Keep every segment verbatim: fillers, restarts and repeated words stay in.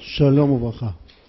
שלום וברכה.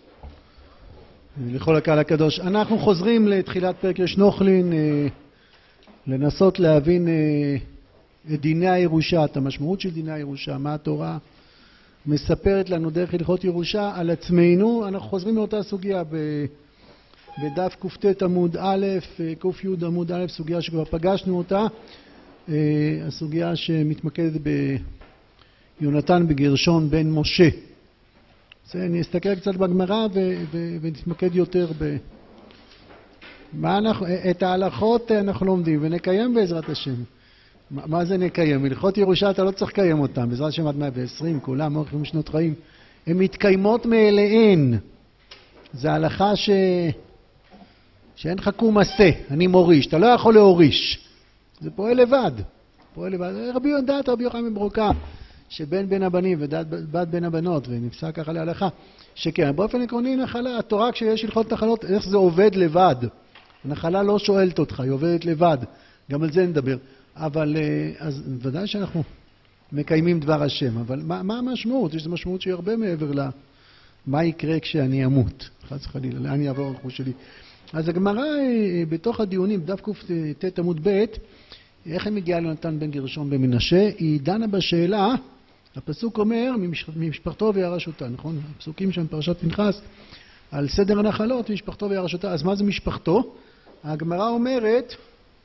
לכל הקהל הקדוש. אנחנו חוזרים לתחילת פרק יש נוכלין, לנסות להבין את דיני הירושה, את המשמעות של דיני הירושה, מה התורה מספרת לנו דרך הלכות ירושה על עצמנו. אנחנו חוזרים מאותה סוגיה בדף קט עמוד א', קי עמוד א', סוגיה שכבר פגשנו אותה, הסוגיה שמתמקדת ביונתן בגרשון בן משה. אני אסתכל קצת בגמרא ונתמקד יותר ב... מה אנחנו... את ההלכות אנחנו לומדים ונקיים בעזרת השם. מה, מה זה נקיים? הלכות ירושה אתה לא צריך לקיים אותם, בעזרת השם עד מאה ועשרים, כולם אורחים שנות חיים. הן מתקיימות מאליהן. זה הלכה ש... שאין לך קום עשה, אני מוריש, אתה לא יכול להוריש. זה פועל לבד. פועל לבד. רבי יודעת, רבי יוחנן בן ברוקה, שבן בין הבנים ודת בת בין הבנות, ונפסק ככה להלכה, שכן, באופן עקרוני נחלה, התורה כשיש הלכות נחלות, איך זה עובד לבד? הנחלה לא שואלת אותך, היא עובדת לבד, גם על זה נדבר. אבל, אז ודאי שאנחנו מקיימים דבר השם, אבל מה, מה המשמעות? יש משמעות שהיא הרבה מעבר לה, מה יקרה כשאני אמות? חס וחלילה, לאן יעבור הרכוש שלי? אז הגמרא בתוך הדיונים, דף קט עמוד ב', איך היא מגיעה ליונתן בן גרשון בן מנשה? היא דנה בשאלה, הפסוק אומר, ממשפחתו וירשותה, נכון? הפסוקים שם פרשת פנחס, על סדר הנחלות, משפחתו וירשותה. אז מה זה משפחתו? הגמרא אומרת,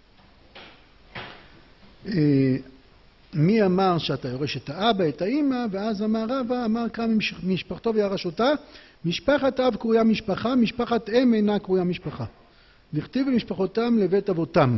מי אמר שאתה יורש את האבא, את האמא, ואז אמר רבא, אמר כאן משפחתו וירשותה, משפחת אב קרויה משפחה, משפחת אם אינה קרויה משפחה. נכתיב במשפחותם לבית אבותם.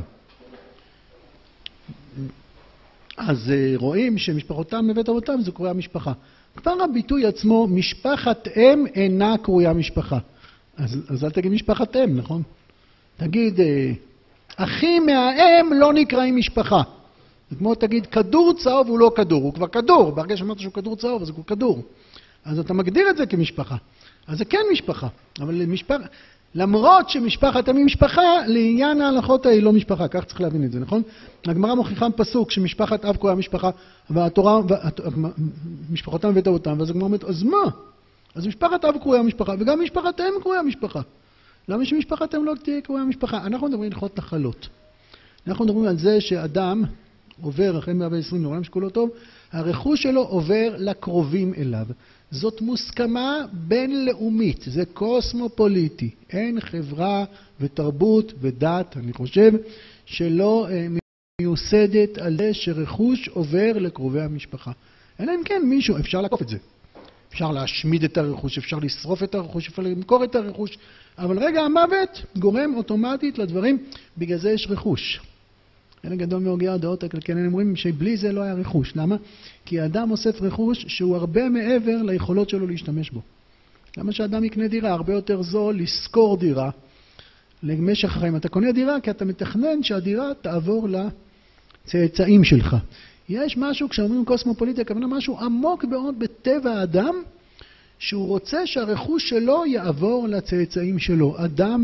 אז רואים שמשפחותם לבית אבותם זה קרויה משפחה. כבר הביטוי עצמו, משפחת אם אינה קרויה משפחה. אז, אז אל תגיד משפחת אם, נכון? תגיד, אחי מהאם לא נקראים משפחה. זה כמו תגיד, כדור צהוב הוא לא כדור, הוא כבר כדור. ברגע שאמרת שהוא כדור צהוב, אז הוא כדור. אז אתה מגדיר את זה כמשפחה. אז זה כן משפחה. אבל משפחה, למרות שמשפחת אם היא משפחה, לעניין ההלכות היא לא משפחה. כך צריך להבין את זה, נכון? הגמרא מוכיחה פסוק שמשפחת אב קרויה משפחה, והתורה, משפחותם ובית אבותם, ואז הגמרא אומרת, אז מה? אז משפחת אב קרויה משפחה, וגם משפחת אם קרויה משפחה. למה שמשפחת אם לא תהיה קרויה משפחה? אנחנו מדברים על הלכות נחלות. אנחנו מדברים על זה שאדם עובר אחרי מאה ועשרים לעולם שכולו טוב, הרכוש שלו עובר לקרובים אליו. זאת מוסכמה בינלאומית, זה קוסמופוליטי. אין חברה ותרבות ודת, אני חושב, שלא מיוסדת על זה שרכוש עובר לקרובי המשפחה. אלא אם כן מישהו, אפשר לעקוף את זה. אפשר להשמיד את הרכוש, אפשר לשרוף את הרכוש, אפשר למכור את הרכוש. אבל רגע המוות גורם אוטומטית לדברים, בגלל זה יש רכוש. אלה גדול מהוגי הדעות הכלכלנים אומרים שבלי זה לא היה רכוש. למה? כי האדם אוסף רכוש שהוא הרבה מעבר ליכולות שלו להשתמש בו. למה שאדם יקנה דירה? הרבה יותר זול לשכור דירה למשך החיים. אתה קונה דירה כי אתה מתכנן שהדירה תעבור לצאצאים שלך. יש משהו, כשאומרים קוסמופוליטיה, כמובן משהו עמוק מאוד בטבע האדם, שהוא רוצה שהרכוש שלו יעבור לצאצאים שלו. אדם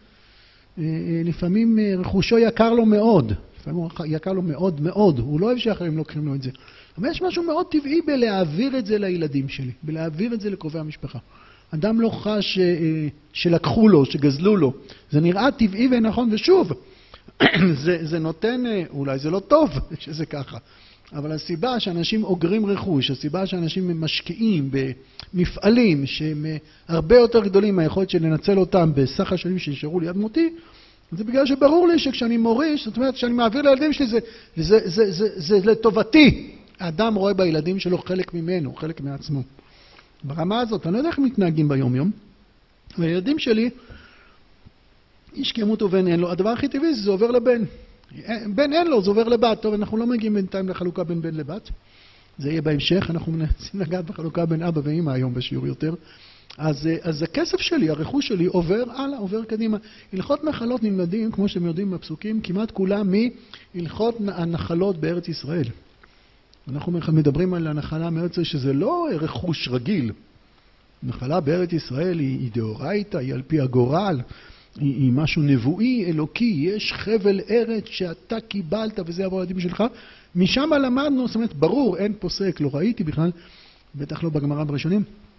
לפעמים רכושו יקר לו מאוד. לפעמים יקר לו מאוד מאוד, הוא לא אוהב שאחרים לוקחים לו את זה. אבל יש משהו מאוד טבעי בלהעביר את זה לילדים שלי, בלהעביר את זה לקרובי המשפחה. אדם לא חש שלקחו לו, שגזלו לו. זה נראה טבעי ונכון, ושוב, זה, זה נותן, אולי זה לא טוב שזה ככה, אבל הסיבה שאנשים אוגרים רכוש, הסיבה שאנשים משקיעים במפעלים שהם הרבה יותר גדולים מהיכולת של לנצל אותם בסך השנים שנשארו ליד מותי, זה בגלל שברור לי שכשאני מוריש, זאת אומרת, כשאני מעביר לילדים שלי, זה, זה, זה, זה, זה, זה לטובתי. האדם רואה בילדים שלו חלק ממנו, חלק מעצמו. ברמה הזאת, אני לא יודע איך מתנהגים ביום יום. והילדים שלי, איש כמות ובן אין לו. הדבר הכי טבעי זה עובר לבן. בן אין לו, זה עובר לבת. טוב, אנחנו לא מגיעים בינתיים לחלוקה בין בן לבת. זה יהיה בהמשך. אנחנו מנסים לגעת בחלוקה בין אבא ואמא היום בשיעור יותר. אז, אז הכסף שלי, הרכוש שלי, עובר הלאה, עובר קדימה. הלכות נחלות נלמדים, כמו שאתם יודעים בפסוקים, כמעט כולם מהלכות הנחלות בארץ ישראל. אנחנו מדברים על הנחלה מארץ ישראל, שזה לא רכוש רגיל. נחלה בארץ ישראל היא, היא דאורייתא, היא על פי הגורל, היא, היא משהו נבואי, אלוקי. יש חבל ארץ שאתה קיבלת וזה עבור הילדים שלך. משם למדנו, זאת אומרת, ברור, אין פוסק, לא ראיתי בכלל, בטח לא בגמרא בראשונים,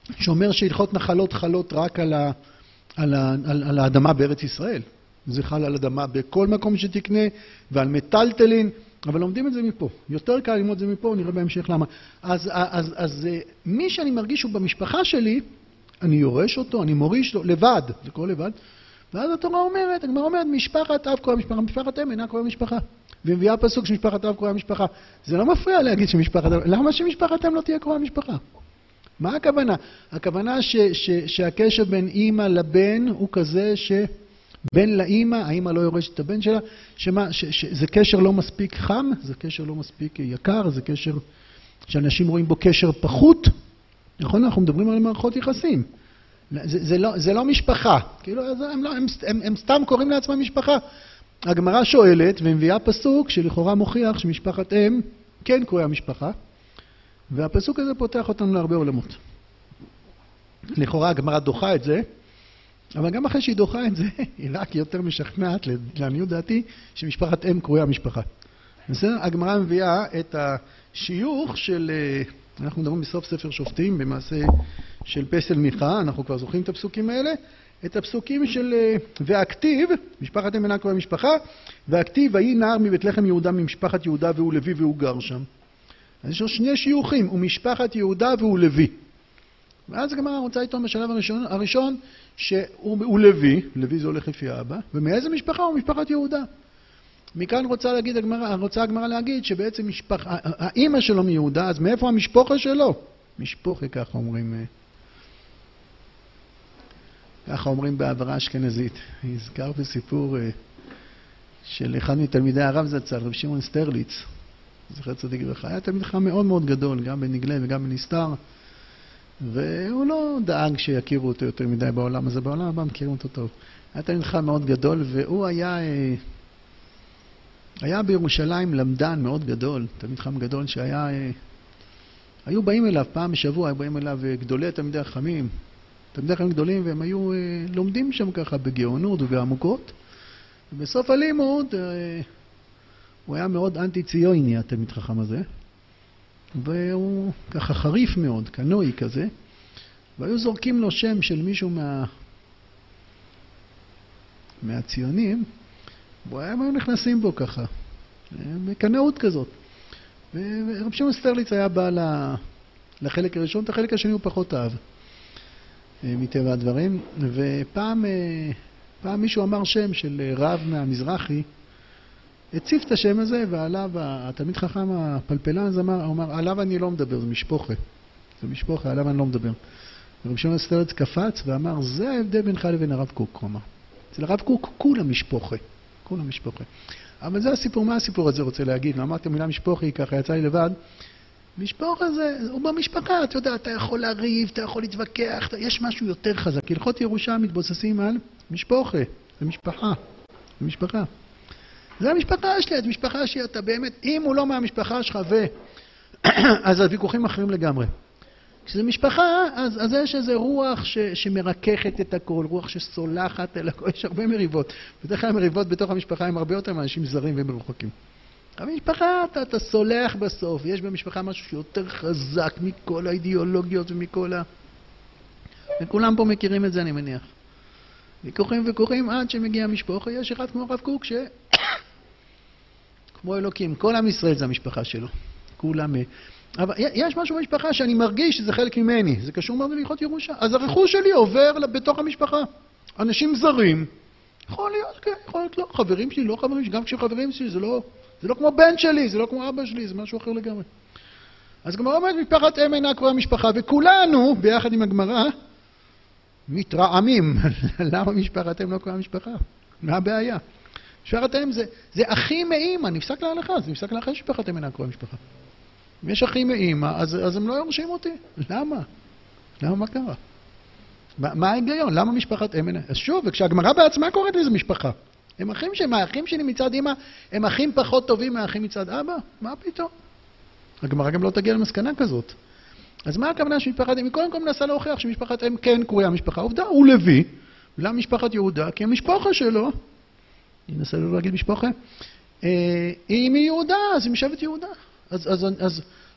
שאומר שהלכות נחלות חלות רק על, ה, על, ה, על, על האדמה בארץ ישראל. זה חל על אדמה בכל מקום שתקנה ועל מטלטלין, אבל לומדים את זה מפה. יותר קל ללמוד את זה מפה, נראה בהמשך למה. אז, אז, אז מי שאני מרגיש הוא במשפחה שלי, אני יורש אותו, אני מוריש לו, לבד, זה קורה לבד. ואז התורה אומרת, הגמרא אומרת, משפחת אב קרויה משפחה, משפחת אם אינה קרויה משפחה. ומביאה פסוק שמשפחת אב קרויה משפחה. זה לא מפריע להגיד שמשפחת אב, למה שמשפחת אם לא תהיה קרויה משפחה? מה הכוונה? הכוונה ש, ש, שהקשר בין אמא לבן הוא כזה שבן לאמא, האמא לא יורשת את הבן שלה, שמה, ש, ש, זה קשר לא מספיק חם, זה קשר לא מספיק יקר, זה קשר שאנשים רואים בו קשר פחות. נכון, אנחנו מדברים על מערכות יחסים. זה, זה, לא, זה לא משפחה, כאילו, הם, לא, הם, הם, הם סתם קוראים לעצמם משפחה. הגמרא שואלת ומביאה פסוק שלכאורה מוכיח שמשפחת אם כן קרויה משפחה, והפסוק הזה פותח אותנו להרבה עולמות. לכאורה הגמרא דוחה את זה, אבל גם אחרי שהיא דוחה את זה, היא רק יותר משכנעת, לעניות דעתי, שמשפחת אם קרויה משפחה. בסדר? הגמרא מביאה את השיוך של, אנחנו מדברים בסוף ספר שופטים, במעשה של פסל מיכה, אנחנו כבר זוכרים את הפסוקים האלה, את הפסוקים של והכתיב, משפחת אם אינה קרויה משפחה, והכתיב, ויהי נער מבית לחם יהודה ממשפחת יהודה והוא לוי והוא גר שם. אז יש לו שני שיוכים, הוא משפחת יהודה והוא לוי. ואז הגמרא רוצה איתו בשלב הראשון, הראשון שהוא לוי, לוי זה הולך לפי האבא, ומאיזה משפחה הוא משפחת יהודה. מכאן רוצה להגיד הגמרא, רוצה הגמרא להגיד שבעצם משפחה, האמא שלו מיהודה, אז מאיפה המשפחה שלו? משפחה, ככה אומרים, ככה אומרים בעברה אשכנזית. הזכר בסיפור של אחד מתלמידי הרב זצ"ל, רב שמעון סטרליץ, זכר צדיק לברכה, היה תלמיד חכם מאוד מאוד גדול, גם בנגלה וגם בנסתר, והוא לא דאג שיכירו אותו יותר מדי בעולם הזה, בעולם הבא מכירים אותו טוב. היה תלמיד חכם מאוד גדול, והוא היה, היה בירושלים למדן מאוד גדול, תלמיד חכם גדול שהיה, היו באים אליו פעם בשבוע, היו באים אליו גדולי תלמידי החכמים, תלמידי חכמים גדולים, והם היו לומדים שם ככה בגאונות ובעמוקות, ובסוף הלימוד, הוא היה מאוד אנטי-ציוני, התלמיד חכם הזה, והוא ככה חריף מאוד, קנוי כזה, והיו זורקים לו שם של מישהו מה... מהציונים, והם היו נכנסים בו ככה, בקנאות כזאת. ורב שמעון סטרליץ היה בא לחלק הראשון, את החלק השני הוא פחות אהב, מטבע הדברים, ופעם פעם מישהו אמר שם של רב מהמזרחי, הציף את השם הזה, ועליו, התלמיד חכם הפלפלן הזה אמר, אמר, עליו אני לא מדבר, זה משפחה. זה משפחה, עליו אני לא מדבר. ורב שמעון סטרליץ קפץ ואמר, זה ההבדל בינך לבין הרב קוק, הוא אמר. אצל הרב קוק, כולם משפחה. כולם משפחה. אבל זה הסיפור, מה הסיפור הזה רוצה להגיד? לא אמרתי המילה משפחה, היא ככה יצא לי לבד. משפחה זה, הוא במשפחה, אתה יודע, אתה יכול להריב, אתה יכול להתווכח, אתה, יש משהו יותר חזק. הלכות ירושה מתבוססים על משפחה. זה משפחה. זה משפחה. זה המשפחה שלי, את משפחה שלי, אתה באמת, אם הוא לא מהמשפחה שלך ו... אז הוויכוחים אחרים לגמרי. כשזה משפחה, אז, אז יש איזה רוח ש, שמרככת את הכל, רוח שסולחת אל הכל, יש הרבה מריבות. בדרך כלל המריבות בתוך המשפחה הם הרבה יותר מאנשים זרים ומרוחקים. אבל משפחה, אתה, אתה סולח בסוף, יש במשפחה משהו שיותר חזק מכל האידיאולוגיות ומכל ה... וכולם פה מכירים את זה, אני מניח. ויכוחים ויכוחים עד שמגיע המשפחה, יש אחד כמו הרב קוק ש... כמו אלוקים, כל עם ישראל זה המשפחה שלו. כולם... אבל יש משהו במשפחה שאני מרגיש שזה חלק ממני, זה קשור מאוד להלכות ירושה. אז הרכוש שלי עובר בתוך המשפחה. אנשים זרים, יכול להיות, כן, יכול להיות לא. חברים שלי, לא חברים שלי, גם כשחברים שלי, זה לא, זה לא כמו בן שלי, זה לא כמו אבא שלי, זה משהו אחר לגמרי. אז גמרא אומרת, משפחת אם אינה קרויה משפחה, וכולנו, ביחד עם הגמרא, מתרעמים. למה משפחת אם לא קרויה משפחה? מה הבעיה? משפחת אם זה, זה אחי מאמא, נפסק להלכה, זה נפסק להלכה שמשפחת אם אינה קרויה משפחה. אם יש אחי מאמא, אז, אז הם לא יורשים אותי. למה? למה? מה קרה? מה, מה ההיגיון? למה משפחת אם אינה? אז שוב, וכשהגמרא בעצמה קוראת לזה משפחה. הם אחים שהם, האחים שלי מצד אמא, הם אחים פחות טובים מהאחים מצד אבא? מה פתאום? הגמרא גם לא תגיע למסקנה כזאת. אז מה הכוונה שמשפחת אם? היא קודם כל מנסה להוכיח שמשפחת אם כן קרויה משפחה. עובדה, הוא לוי. למה משפחת יהודה? כי המשפחה שלו, אני אנסה לא להגיד משפחה, היא מיהודה, אז היא משבט יהודה. אז, אז, אז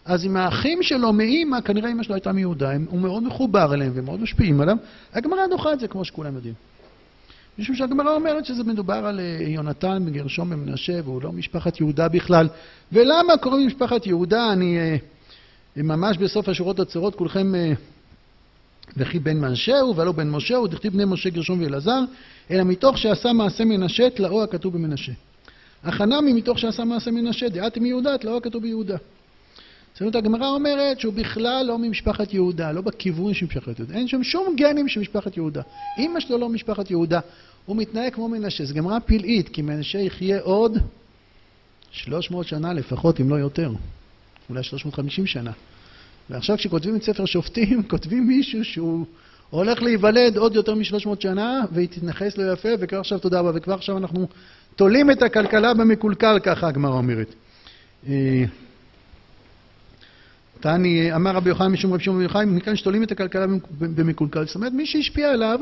אז עם האחים שלו מאמא, כנראה אמא שלו הייתה מיהודה, הוא מאוד מחובר אליהם ומאוד משפיעים עליו. הגמרא דוחה את זה כמו שכולם יודעים. משום שהגמרא אומרת שזה מדובר על יונתן בגרשום במנשה, והוא לא משפחת יהודה בכלל. ולמה קוראים משפחת יהודה? אני ממש בסוף השורות הצרות, כולכם וכי בן מנשה הוא ולא בן משה הוא, דכתיב בני משה גרשום ואלעזר, אלא מתוך שעשה מעשה מנשה, תלאו הכתוב במנשה. החנמי מתוך שעשה מעשה מנשה, דעתי מיהודה, תלאו הכתוב ביהודה. זאת אומרת, הגמרא אומרת שהוא בכלל לא ממשפחת יהודה, לא בכיוון של משפחת יהודה. אין שם שום גנים של משפחת יהודה. אמא שלו לא משפחת יהודה, הוא מתנהג כמו מנשה. זו גמרא פלאית, כי מנשה יחיה עוד שלוש מאות שנה לפחות, אם לא יותר. אולי שלוש מאות וחמישים שנה. ועכשיו כשכותבים את ספר שופטים, כותבים מישהו שהוא הולך להיוולד עוד יותר מ-שלוש מאות שנה, והתנחס לו יפה, וכבר עכשיו תודה רבה, וכבר עכשיו אנחנו תולים את הכלכלה במקולקל, ככה הגמרא אומרת. תעני, אמר רבי יוחנן משום רבי שמעון בן יוחאי, מכאן שתולים את הכלכלה במקולקל. זאת אומרת, מי שהשפיע עליו,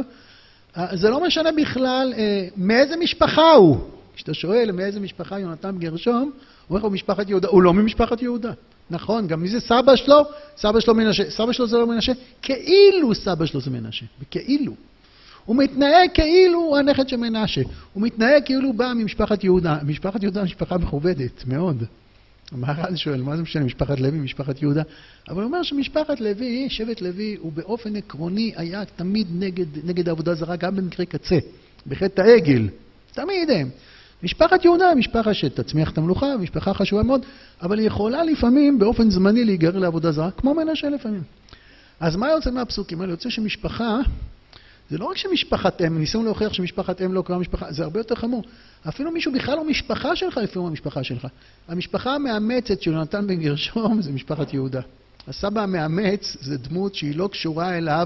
זה לא משנה בכלל מאיזה משפחה הוא. כשאתה שואל מאיזה משפחה יונתן גרשום, הוא אומר לו משפחת יהודה, הוא לא ממשפחת יהודה. נכון, גם מי זה סבא שלו? סבא שלו מנשה. סבא שלו זה לא מנשה? כאילו סבא שלו זה מנשה. וכאילו. הוא מתנהג כאילו הוא הנכד של מנשה. הוא מתנהג כאילו הוא בא ממשפחת יהודה. משפחת יהודה משפחה מכובדת, מאוד. המהר"ל שואל, מה זה משנה, משפחת לוי, משפחת יהודה? אבל הוא אומר שמשפחת לוי, שבט לוי, הוא באופן עקרוני היה תמיד נגד, נגד העבודה זרה, גם במקרה קצה, בחטא העגל. תמיד הם. משפחת יהודה, משפחה שתצמיח את המלוכה, משפחה חשובה מאוד, אבל היא יכולה לפעמים באופן זמני להיגרר לעבודה זרה, כמו מנשה לפעמים. אז מה יוצא מהפסוקים האלה? יוצא שמשפחה, זה לא רק שמשפחת אם, ניסינו להוכיח שמשפחת אם לא קרה משפחה, זה הרבה יותר חמור. אפילו מישהו בכלל לא משפחה שלך, לפעמים המשפחה שלך. המשפחה המאמצת של יונתן בן גרשום זה משפחת יהודה. הסבא המאמץ זה דמות שהיא לא קשורה אליו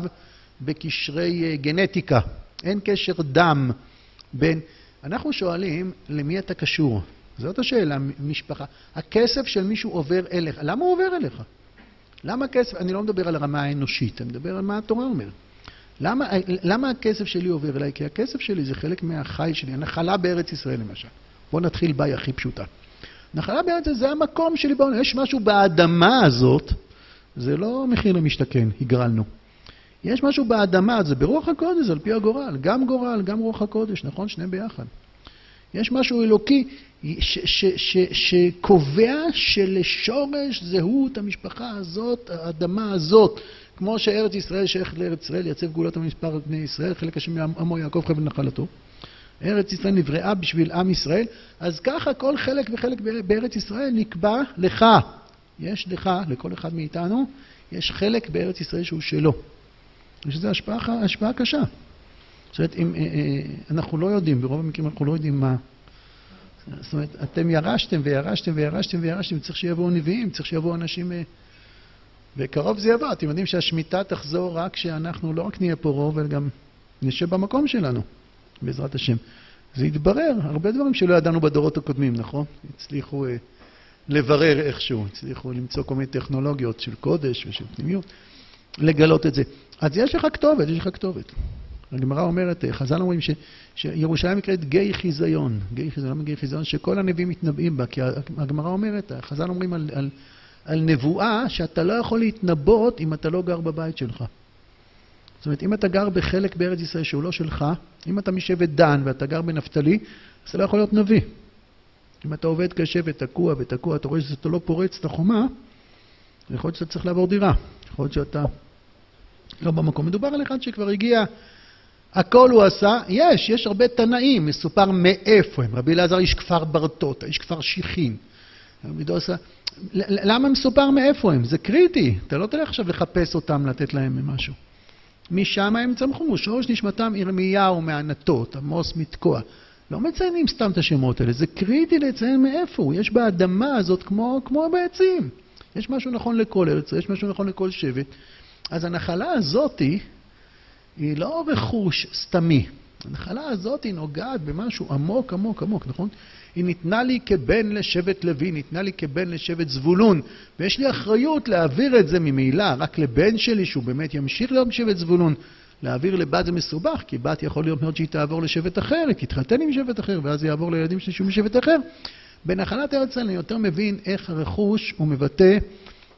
בקשרי גנטיקה. אין קשר דם בין... אנחנו שואלים למי אתה קשור. זאת השאלה, משפחה. הכסף של מישהו עובר אליך. למה הוא עובר אליך? למה הכסף? אני לא מדבר על הרמה האנושית, אני מדבר על מה התורה אומר. למה, למה הכסף שלי עובר אליי? כי הכסף שלי זה חלק מהחי שלי. הנחלה בארץ ישראל למשל. בואו נתחיל בה הכי פשוטה. נחלה בארץ ישראל זה המקום שלי. בואו, יש משהו באדמה הזאת, זה לא מחיר למשתכן, הגרלנו. יש משהו באדמה, זה ברוח הקודש, על פי הגורל. גם גורל, גם רוח הקודש, נכון? שניהם ביחד. יש משהו אלוקי ש- ש- ש- שקובע שלשורש זהות המשפחה הזאת, האדמה הזאת, כמו שארץ ישראל שייכת לארץ ישראל, יצב גאולת המספר בני ישראל, חלק השם עמו יעקב חבל נחלתו. ארץ ישראל נבראה בשביל עם ישראל, אז ככה כל חלק וחלק בארץ ישראל נקבע לך. יש לך, לכל אחד מאיתנו, יש חלק בארץ ישראל שהוא שלו. ושזו השפעה, השפעה קשה. זאת אומרת, אם, אנחנו לא יודעים, ברוב המקרים אנחנו לא יודעים מה. זאת אומרת, אתם ירשתם וירשתם וירשתם וירשתם, צריך שיבואו נביאים, צריך שיבואו אנשים... וקרוב זה יבוא. אתם יודעים שהשמיטה תחזור רק שאנחנו לא רק נהיה פה רוב, אלא גם נשב במקום שלנו, בעזרת השם. זה יתברר, הרבה דברים שלא ידענו בדורות הקודמים, נכון? הצליחו אה, לברר איכשהו, הצליחו למצוא כל מיני טכנולוגיות של קודש ושל פנימיות, לגלות את זה. אז יש לך כתובת, יש לך כתובת. הגמרא אומרת, חז"ל אומרים ש, שירושלים נקראת גיא חיזיון. גיא חיזיון, למה גיא חיזיון? שכל הנביאים מתנבאים בה, כי הגמרא אומרת, חז"ל אומרים על, על, על נבואה שאתה לא יכול להתנבות אם אתה לא גר בבית שלך. זאת אומרת, אם אתה גר בחלק בארץ ישראל שהוא לא שלך, אם אתה משבט דן ואתה גר בנפתלי, אז אתה לא יכול להיות נביא. אם אתה עובד קשה ותקוע ותקוע, אתה רואה שאתה לא פורץ את החומה, יכול להיות שאתה צריך לעבור דירה. יכול להיות שאתה לא במקום. מדובר על אחד שכבר הגיע, הכל הוא עשה. יש, יש הרבה תנאים, מסופר מאיפה הם. רבי אלעזר איש כפר ברטוטה, איש כפר שיחין. למה מסופר מאיפה הם? זה קריטי. אתה לא תלך עכשיו לחפש אותם, לתת להם משהו. משם הם צמחו, שורש נשמתם ירמיהו מענתות, עמוס מתקוע. לא מציינים סתם את השמות האלה, זה קריטי לציין מאיפה הוא. יש באדמה הזאת כמו, כמו בעצים. יש משהו נכון לכל ארץ, יש משהו נכון לכל שבט. אז הנחלה הזאת היא לא רכוש סתמי. הנחלה הזאת היא נוגעת במשהו עמוק, עמוק, עמוק, נכון? היא ניתנה לי כבן לשבט לוי, ניתנה לי כבן לשבט זבולון, ויש לי אחריות להעביר את זה ממילא רק לבן שלי, שהוא באמת ימשיך להיות בשבט זבולון. להעביר לבת זה מסובך, כי בת יכול להיות מאוד שהיא תעבור לשבט אחר, היא תתחתן עם שבט אחר, ואז היא יעבור לילדים שלי שהוא משבט אחר. בנחלת ארץ ישראל אני יותר מבין איך הרכוש הוא מבטא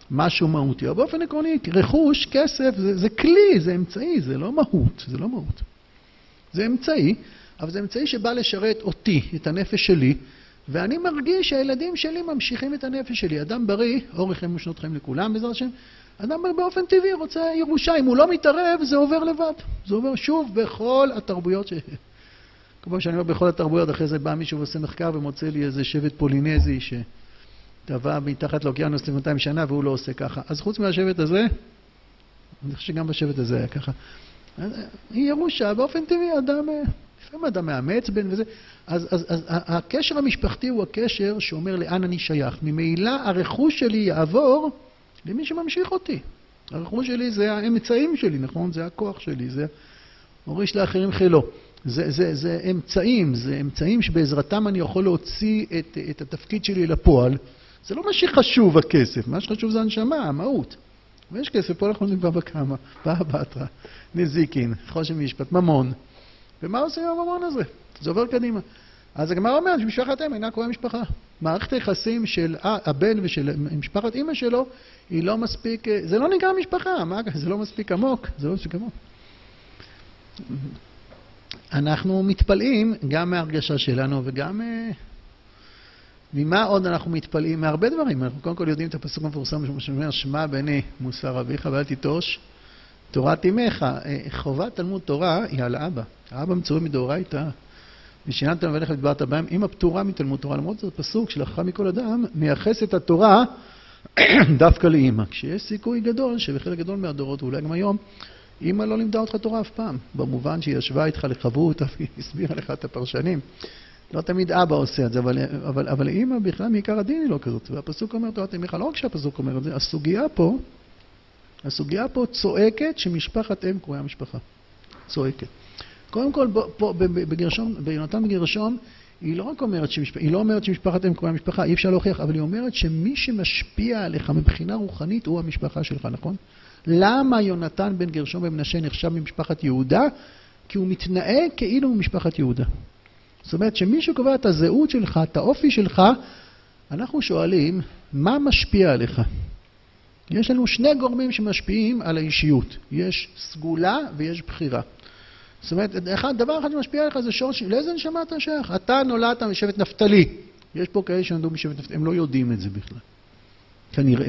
משהו מהותי. אבל באופן עקרוני, רכוש, כסף, זה, זה כלי, זה אמצעי, זה לא מהות, זה לא מהות. זה אמצעי, אבל זה אמצעי שבא לשרת אותי, את הנפש שלי, ואני מרגיש שהילדים שלי ממשיכים את הנפש שלי. אדם בריא, אורך ימים ושנות חיים לכולם בעזרת השם, אדם בריא באופן טבעי רוצה ירושה, אם הוא לא מתערב, זה עובר לבד. זה עובר שוב בכל התרבויות ש... כמו שאני אומר, בכל התרבויות, אחרי זה בא מישהו ועושה מחקר ומוצא לי איזה שבט פולינזי שטבע מתחת לאוקיינוס לפני מאתיים שנה והוא לא עושה ככה. אז חוץ מהשבט הזה, אני חושב שגם בשבט הזה היה ככה. היא ירושה, באופן טבעי, אדם, לפעמים אדם מאמץ בין וזה. אז, אז, אז הקשר המשפחתי הוא הקשר שאומר לאן אני שייך. ממילא הרכוש שלי יעבור למי שממשיך אותי. הרכוש שלי זה האמצעים שלי, נכון? זה הכוח שלי, זה מוריש לאחרים חילו. זה, זה, זה אמצעים, זה אמצעים שבעזרתם אני יכול להוציא את, את התפקיד שלי לפועל. זה לא מה שחשוב הכסף, מה שחשוב זה הנשמה, המהות. ויש כסף, פה אנחנו נקבע בכמה, באה בתרה, נזיקין, חושן משפט, ממון. ומה עושים עם הממון הזה? זה עובר קדימה. אז הגמרא אומרת שמשפחת אם אינה קרויה משפחה. מערכת היחסים של הבן ושל משפחת אמא שלו, היא לא מספיק, זה לא נקרא משפחה, מה? זה לא מספיק עמוק, זה לא מספיק עמוק. אנחנו מתפלאים גם מההרגשה שלנו וגם ממה עוד אנחנו מתפלאים? מהרבה דברים. אנחנו קודם כל יודעים את הפסוק המפורסם שאומר שמע בני מוסר אביך ואל תיטוש תורת אמך. חובת תלמוד תורה היא על האבא. האבא מצווה מדאורייתא ושיננתם ולך ודיברת בהם. אמא פטורה מתלמוד תורה, למרות זאת פסוק שלקחה מכל אדם מייחס את התורה דווקא לאמא. כשיש סיכוי גדול שבחלק גדול מהדורות ואולי גם היום אמא לא לימדה אותך תורה אף פעם, במובן שהיא ישבה איתך לחבות, היא הסבירה לך את הפרשנים. לא תמיד אבא עושה את זה, אבל, אבל, אבל אמא בכלל מעיקר הדין היא לא כזאת. והפסוק אומר תורת אמך, לא רק שהפסוק אומר את זה, הסוגיה פה, הסוגיה פה צועקת שמשפחת אם קרויה משפחה. צועקת. קודם כל, פה בגרשום, ביונתן בגרשום, היא לא רק אומרת שמשפחה, היא לא אומרת שמשפחת אם קרויה משפחה, אי אפשר להוכיח, אבל היא אומרת שמי שמשפיע עליך מבחינה רוחנית הוא המשפחה שלך, נכון? למה יונתן בן גרשום בן מנשה נחשב ממשפחת יהודה? כי הוא מתנהג כאילו ממשפחת יהודה. זאת אומרת שמי שקובע את הזהות שלך, את האופי שלך, אנחנו שואלים, מה משפיע עליך? יש לנו שני גורמים שמשפיעים על האישיות. יש סגולה ויש בחירה. זאת אומרת, אחד, דבר אחד שמשפיע עליך זה שורש, לאיזה נשמה אתה שייך? אתה נולדת משבט נפתלי. יש פה כאלה שנולדו משבט נפתלי, הם לא יודעים את זה בכלל. כנראה.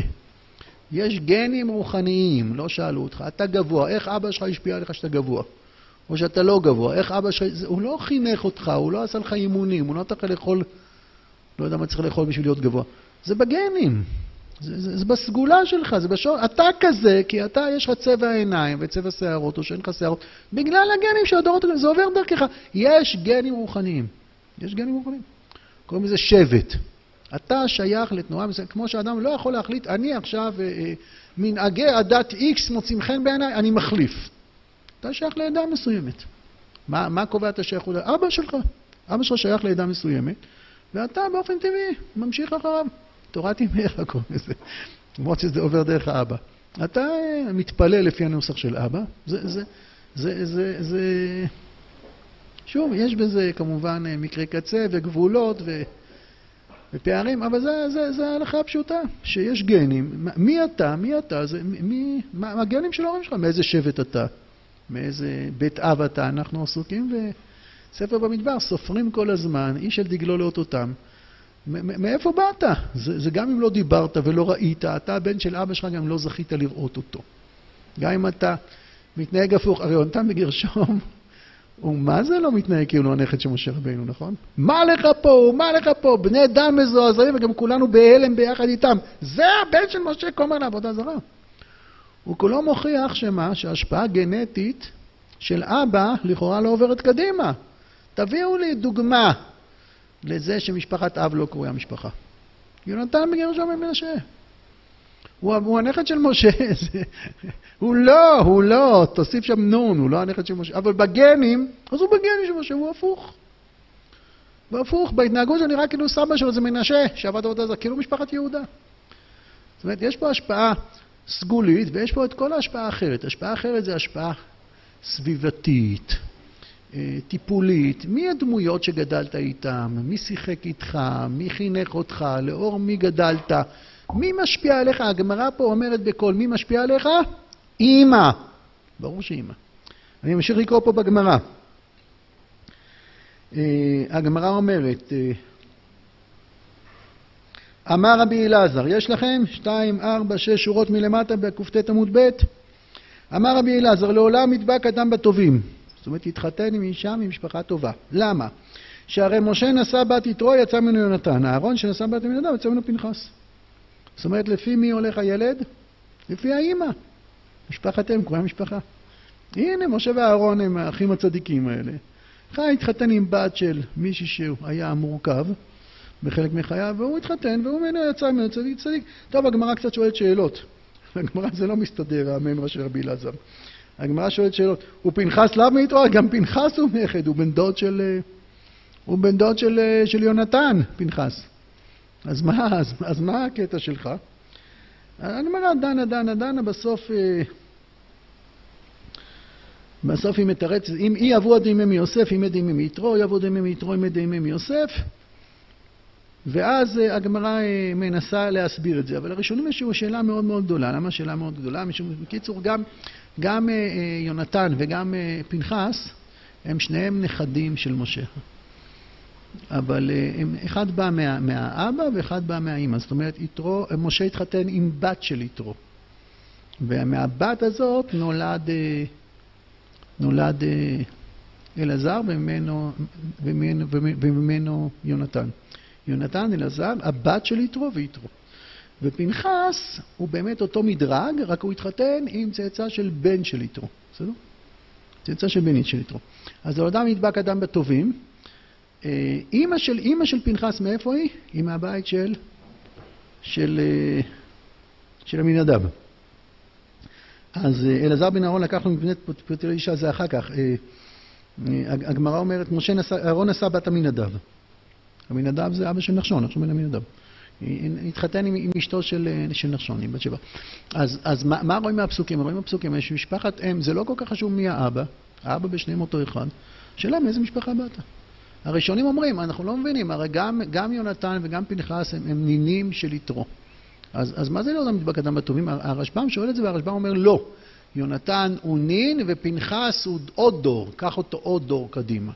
יש גנים רוחניים, לא שאלו אותך, אתה גבוה, איך אבא שלך השפיע עליך שאתה גבוה? או שאתה לא גבוה, איך אבא שלך, הוא לא חינך אותך, הוא לא עשה לך אימונים, הוא לא נתן לך לאכול, לא יודע מה צריך לאכול בשביל להיות גבוה. זה בגנים, זה, זה, זה בסגולה שלך, זה בשור, אתה כזה, כי אתה יש לך צבע העיניים וצבע שערות, או שאין לך שערות, בגלל הגנים של הדורות, זה עובר דרכך. יש גנים רוחניים, יש גנים רוחניים. קוראים לזה שבט. אתה שייך לתנועה, כמו שאדם לא יכול להחליט, אני עכשיו אה, מנהגי הדת X מוצאים חן בעיניי, אני מחליף. אתה שייך לעדה מסוימת. מה, מה קובע את השייכות? אבא שלך. אבא שלך שייך לעדה מסוימת, ואתה באופן טבעי ממשיך אחריו. תורת אמך קוראים לזה. למרות שזה עובר דרך האבא. אתה אה, מתפלל לפי הנוסח של אבא. זה, זה, זה, זה, זה... שוב, יש בזה כמובן מקרי קצה וגבולות ו... ופערים, אבל זה, זה, זה ההלכה הפשוטה, שיש גנים. מי אתה? מי אתה? זה, מי, מה, מה הגנים של ההורים שלך? מאיזה שבט אתה? מאיזה בית אב אתה? אנחנו עסוקים בספר במדבר, סופרים כל הזמן, איש אל דגלו לאותותם. מאיפה באת? זה, זה גם אם לא דיברת ולא ראית, אתה הבן של אבא שלך, גם אם לא זכית לראות אותו. גם אם אתה מתנהג הפוך, הרי יונתן בגרשום, ומה זה לא מתנהג כאילו הנכד של משה רבינו, נכון? מה לך פה? מה לך פה? בני דם מזועזעים וגם כולנו בהלם ביחד איתם. זה הבן של משה כומר לעבודה זרה. הוא כולו מוכיח שמה? שההשפעה גנטית של אבא לכאורה לא עוברת קדימה. תביאו לי דוגמה לזה שמשפחת אב לא קרויה משפחה. יונתן בגרשום בן מנשה. הוא, הוא הנכד של משה, זה, הוא לא, הוא לא, תוסיף שם נון, הוא לא הנכד של משה, אבל בגנים, אז הוא בגנים של משה, הוא הפוך. הוא הפוך, בהתנהגות זה נראה כאילו סבא שלו, זה מנשה, שעבד עבודה זרה, כאילו משפחת יהודה. זאת אומרת, יש פה השפעה סגולית, ויש פה את כל ההשפעה האחרת. השפעה אחרת זה השפעה סביבתית, טיפולית. מי הדמויות שגדלת איתם? מי שיחק איתך? מי חינך אותך? לאור מי גדלת? מי משפיע עליך? הגמרא פה אומרת בכל, מי משפיע עליך? אמא. ברור שאמא. אני ממשיך לקרוא פה בגמרא. הגמרא אומרת, אמר רבי אלעזר, יש לכם שתיים, ארבע, שש שורות מלמטה בקופטת עמוד ב'. אמר רבי אלעזר, לעולם ידבק אדם בטובים. זאת אומרת, התחתן עם אישה ממשפחה טובה. למה? שהרי משה נשא בת יתרו, יצא ממנו יונתן. אהרון שנשא בת יונתן, יצא ממנו פנחס. זאת אומרת, לפי מי הולך הילד? לפי האמא. משפחת אם, קוראים משפחה. הנה, משה ואהרון הם האחים הצדיקים האלה. חי התחתן עם בת של מישהי שהוא היה מורכב בחלק מחייו, והוא התחתן, והוא ממנו יצא ממנו צדיק צדיק. טוב, הגמרא קצת שואלת שאלות. הגמרא זה לא מסתדר, הממרה של רבי אלעזר. הגמרא שואלת שאלות. הוא פנחס לאו מיתרו? גם פנחס הוא מאחד, הוא בן דוד של, הוא בן דוד של, של יונתן, פנחס. אז מה, אז, אז מה הקטע שלך? הגמרא דנה, דנה, דנה, בסוף, בסוף היא מתרץ, אם היא יבוא עד ימי מיוסף, אם עד ימי מיתרו, יבוא עד ימי מיתרו, אם עד ימי מיוסף, ואז הגמרא מנסה להסביר את זה. אבל הראשונים יש שאלה מאוד מאוד גדולה. למה שאלה מאוד גדולה? משום, בקיצור, גם, גם יונתן וגם פנחס, הם שניהם נכדים של משה. אבל הם, אחד בא מה, מהאבא ואחד בא מהאמא. זאת אומרת, יתרו, משה התחתן עם בת של יתרו. ומהבת הזאת נולד, נולד אלעזר וממנו, וממנו, וממנו יונתן. יונתן, אלעזר, הבת של יתרו ויתרו. ופנחס הוא באמת אותו מדרג, רק הוא התחתן עם צאצא של בן של יתרו. בסדר? צאצא של בנית של יתרו. אז האדם נדבק אדם בטובים. אמא של, אמא של פנחס מאיפה היא? היא מהבית של, של, של עמינדב. אז אלעזר בן אהרון לקח לו מפני פרטי אישה זה אחר כך. הגמרא אומרת, משה נשא, אהרון נשא בת עמינדב. עמינדב זה אבא של נחשון, נחשון בן עמינדב. התחתן עם, עם אשתו של, של נחשון, עם בת שבע. אז, אז מה, מה רואים מהפסוקים? רואים מהפסוקים, יש משפחת אם, זה לא כל כך חשוב מי האבא, האבא בשניהם אותו אחד. שאלה, מאיזה משפחה באת? הראשונים אומרים, אנחנו לא מבינים, הרי גם, גם יונתן וגם פנחס הם, הם נינים של יתרו. אז, אז מה זה לא נדבק אדם בטובים? הרשב"ם שואל את זה והרשב"ם אומר לא. יונתן הוא נין ופנחס הוא עוד דור, קח אותו עוד דור קדימה.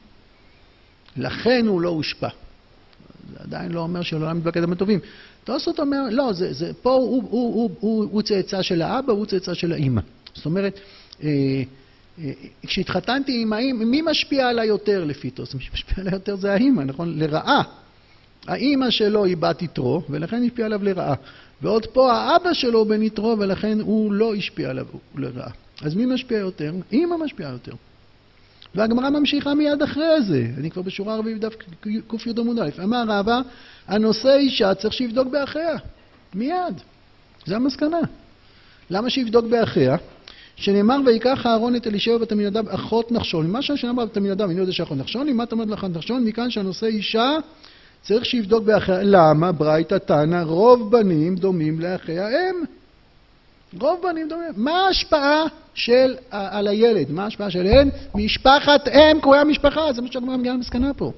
לכן הוא לא הושפע. זה עדיין לא אומר שלא נדבק אדם בטובים. תוספות אומר, לא, זה, זה, פה הוא, הוא, הוא, הוא, הוא צאצא של האבא, הוא צאצא של האמא. זאת אומרת, אה, אה, כשהתחתנתי עם האמא, מי משפיע עליי יותר לפי תוספות? מי משפיע עליי יותר זה האמא, נכון? לרעה. האמא שלו היא בת יתרו, ולכן השפיע עליו לרעה. ועוד פה האבא שלו בן יתרו, ולכן הוא לא השפיע עליו לרעה. אז מי משפיע יותר? אמא משפיעה יותר. והגמרא ממשיכה מיד אחרי זה. אני כבר בשורה הרביעית דף ק"י עמוד א'. אמר רבא, הנושא אישה צריך שיבדוק באחיה. מיד. זה המסקנה. למה שיבדוק באחיה? שנאמר ויקח אהרון את אלישע בת עמינדב אחות נחשון. מה שנאמר בת עמינדב, אני יודע שאחות נחשון, מה אתה אומר לך נחשון? מכאן שהנושא אישה צריך שיבדוק באחיה. למה? ברייתא תנא, רוב בנים דומים לאחי האם. רוב בנים דומים. מה ההשפעה של, על הילד? מה ההשפעה שלהן? משפחת אם קרויה משפחה. זה מה שהגמרא מגיעה למסקנה פה.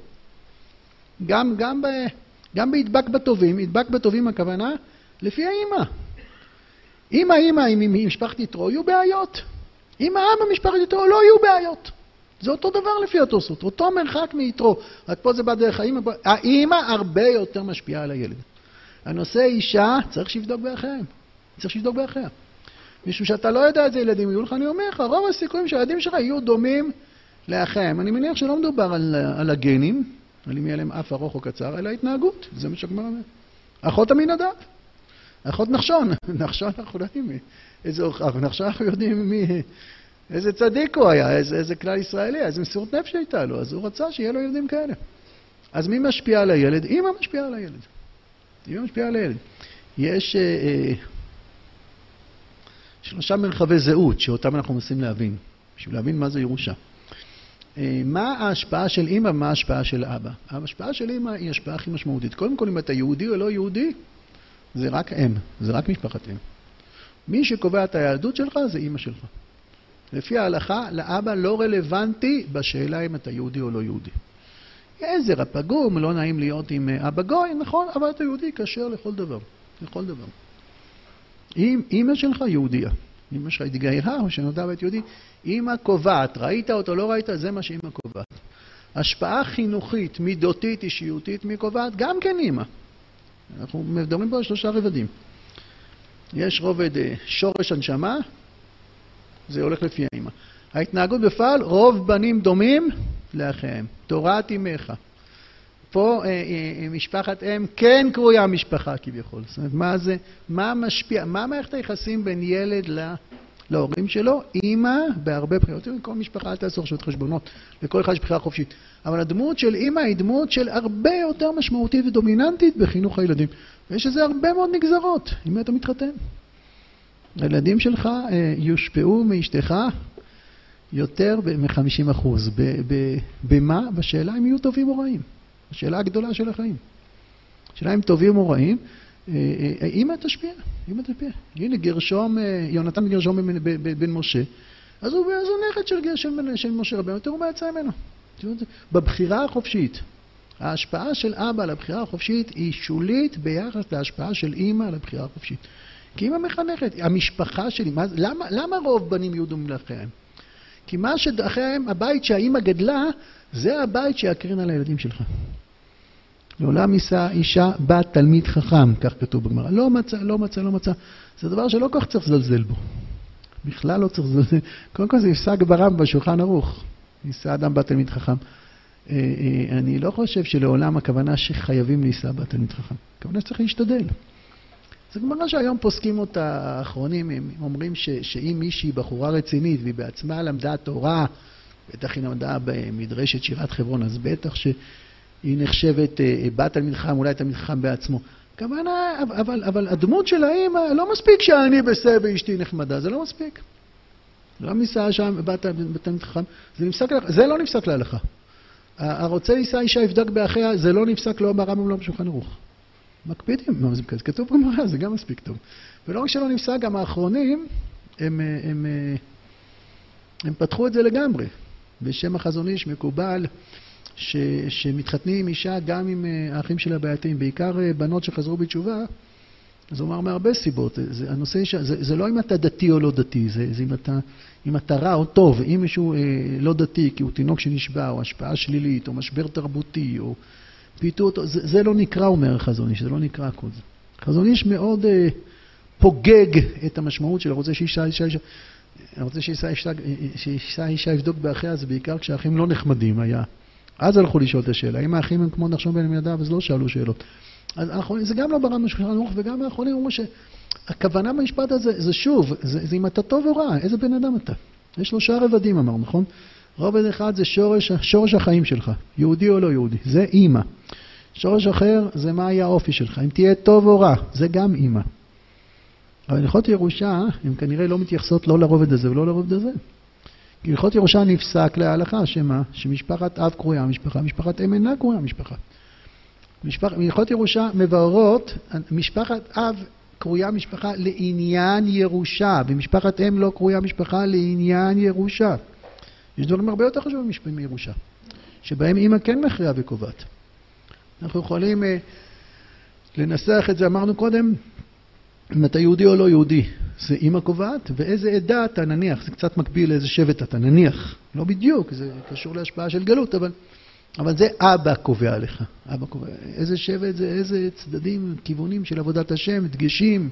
גם, גם, ב, גם בהדבק בטובים, הדבק בטובים הכוונה לפי האמא. אם האמא עם משפחת יתרו יהיו בעיות. אם האבא משפחת יתרו לא יהיו בעיות. זה אותו דבר לפי התוספות, אותו מרחק מיתרו. רק פה זה בדרך האמא. האמא הרבה יותר משפיעה על הילד. הנושא אישה צריך שיבדוק באחיהם. צריך שיבדוק באחיה. משום שאתה לא יודע איזה ילדים יהיו לך, אני אומר לך, רוב הסיכויים שהילדים שלך יהיו דומים לאחיהם. אני מניח שלא מדובר על, על הגנים, על אם יהיה להם אף ארוך או קצר, אלא התנהגות. זה מה שהגמרא אומר. אחות עמינדב. אחות נחשון. נחשון אנחנו יודעים איזה אורחיו. נחשון אנחנו יודעים מי, איזה צדיק הוא היה, איזה, איזה כלל ישראלי, איזה מסירות נפש הייתה לו. אז הוא רצה שיהיה לו ילדים כאלה. אז מי משפיע על הילד? אמא משפיעה על הילד. אמא משפיעה על הילד. יש... אה, שלושה מרחבי זהות שאותם אנחנו מנסים להבין, בשביל להבין מה זה ירושה. מה ההשפעה של אמא ומה ההשפעה של אבא? ההשפעה של אמא היא השפעה הכי משמעותית. קודם כל, אם אתה יהודי או לא יהודי, זה רק אם, זה רק משפחת אם. מי שקובע את היהדות שלך זה אמא שלך. לפי ההלכה, לאבא לא רלוונטי בשאלה אם אתה יהודי או לא יהודי. איזה רפגום, לא נעים להיות עם אבא גוי, נכון, אבל אתה יהודי כשר לכל דבר, לכל דבר. אם אמא שלך יהודיה, אמא שלך התגיירה או שנולדה בית יהודי, אמא קובעת, ראית אותו, לא ראית, זה מה שאמא קובעת. השפעה חינוכית, מידותית, אישיותית, מי קובעת? גם כן אמא. אנחנו מדברים פה על שלושה רבדים. יש רובד שורש הנשמה, זה הולך לפי האמא. ההתנהגות בפועל, רוב בנים דומים לאחיהם. תורת אמך. פה אה, אה, משפחת אם כן קרויה משפחה כביכול. זאת אומרת, מה זה, מה משפיע, מה מערכת היחסים בין ילד לה, להורים שלו? אמא בהרבה בחירות. כל משפחה אל תעשו רשות חשבונות, לכל אחד יש בחירה חופשית. אבל הדמות של אמא היא דמות של הרבה יותר משמעותית ודומיננטית בחינוך הילדים. ויש לזה הרבה מאוד נגזרות. אם אתה מתחתן, הילדים שלך אה, יושפעו מאשתך יותר מ-חמישים אחוז. במה? בשאלה אם יהיו טובים או רעים. השאלה הגדולה של החיים. השאלה אם טובים או רעים, אמא תשפיע, אמא תשפיע. הנה גרשום, יונתן גרשום בן משה, אז הוא נכד של גרשום של משה רבנו, תראו מה יצא ממנו. בבחירה החופשית, ההשפעה של אבא על הבחירה החופשית היא שולית ביחס להשפעה של אמא על הבחירה החופשית. כי אמא מחנכת, המשפחה שלי, מה, למה, למה רוב בנים יהיו דומים לאחיהם? כי מה שאחיהם, הבית שהאמא גדלה, זה הבית שיקרין על הילדים שלך. לעולם יישא אישה בת תלמיד חכם, כך כתוב בגמרא. לא מצא, לא מצא, לא מצא. זה דבר שלא כל כך צריך לזלזל בו. בכלל לא צריך לזלזל. קודם כל זה יפסק ברמב"ם בשולחן ערוך. יישא אדם בת תלמיד חכם. אני לא חושב שלעולם הכוונה שחייבים להישא בת תלמיד חכם. הכוונה שצריך להשתדל. זה גמרא שהיום פוסקים אותה האחרונים, הם אומרים ש, שאם מישהי בחורה רצינית והיא בעצמה למדה תורה, בטח היא למדה במדרשת שירת חברון, אז בטח שהיא נחשבת בת תלמיד חכם, אולי תלמיד חכם בעצמו. כמובן, אבל, אבל הדמות של האמא, לא מספיק שאני בסדר ואשתי נחמדה, זה לא מספיק. לא ניסה שם בת תלמיד חכם, זה, נפסק, זה לא נפסק להלכה. הרוצה ניסה אישה יבדוק באחיה, זה לא נפסק לא ברמב"ם ולא בשולחן ערוך. מקפידים, מה זה כזה? כתוב בגמרא, זה גם מספיק טוב. ולא רק שלא נפסק, גם האחרונים, הם, הם, הם, הם פתחו את זה לגמרי. בשם החזון איש מקובל ש, שמתחתנים עם אישה גם עם האחים שלה בעייתיים, בעיקר בנות שחזרו בתשובה, אז הוא אומר מהרבה סיבות. זה, הנושא, זה, זה לא אם אתה דתי או לא דתי, זה, זה אם, אתה, אם אתה רע או טוב, אם מישהו אה, לא דתי, כי הוא תינוק שנשבע, או השפעה שלילית, או משבר תרבותי, או פיתו אותו, זה, זה לא נקרא, אומר חזון איש, זה לא נקרא כל זה. חזון איש מאוד אה, פוגג את המשמעות שלו, רוצה שאישה, אישה, אישה, אני רוצה שאישה, אישה, שאישה, אישה יבדוק באחיה, זה בעיקר כשהאחים לא נחמדים היה. אז הלכו לשאול את השאלה, אם האחים הם כמו נחשון בן יהודה, אז לא שאלו שאלות. אז האחרונים, זה גם לא ברם בשולחן ערוך, וגם האחרונים אומרים שהכוונה במשפט הזה, זה שוב, זה, זה אם אתה טוב או רע, איזה בן אדם אתה. יש שלושה רבדים, אמר, נכון? רובד אחד זה שורש, שורש החיים שלך, יהודי או לא יהודי, זה אימא. שורש אחר זה מה היה האופי שלך, אם תהיה טוב או רע, זה גם אימא. אבל הלכות ירושה, הם כנראה לא מתייחסות לא לרובד הזה ולא לרובד הזה. כי הלכות ירושה נפסק להלכה, שמה? שמשפחת אב קרויה משפחה, משפחת אם אינה קרויה משפחה. הלכות ירושה מבארות, משפחת אב קרויה משפחה לעניין ירושה, ומשפחת אם לא קרויה משפחה לעניין ירושה. יש דברים הרבה יותר חשובים משפחים מירושה, שבהם אמא כן מכריעה וקובעת. אנחנו יכולים אה, לנסח את זה, אמרנו קודם, אם אתה יהודי או לא יהודי, זה אמא קובעת, ואיזה עדה אתה נניח, זה קצת מקביל לאיזה שבט אתה נניח, לא בדיוק, זה קשור להשפעה של גלות, אבל, אבל זה אבא קובע לך, אבא קובע, איזה שבט זה, איזה צדדים, כיוונים של עבודת השם, דגשים,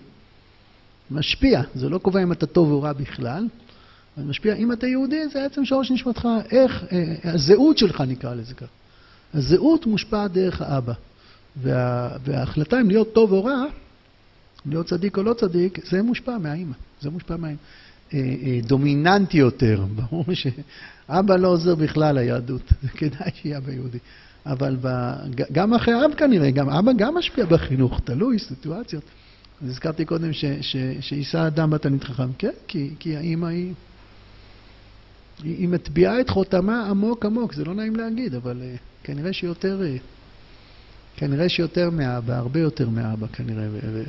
משפיע, זה לא קובע אם אתה טוב או רע בכלל, אבל משפיע, אם אתה יהודי, זה עצם שורש נשמתך, איך, אה, הזהות שלך נקרא לזה כך, הזהות מושפעת דרך האבא, וה, וההחלטה אם להיות טוב או רע, להיות צדיק או לא צדיק, זה מושפע מהאמא, זה מושפע מהאמא. דומיננטי יותר, ברור שאבא לא עוזר בכלל ליהדות, זה כדאי שיהיה אבא יהודי. אבל גם אחרי אב כנראה, גם אבא גם משפיע בחינוך, תלוי, סיטואציות. אז הזכרתי קודם שישא אדם בתלמיד חכם, כן, כי, כי האמא היא, היא, היא מטביעה את חותמה עמוק עמוק, זה לא נעים להגיד, אבל כנראה שיותר, כנראה שיותר מאבא, הרבה יותר מאבא כנראה, ו...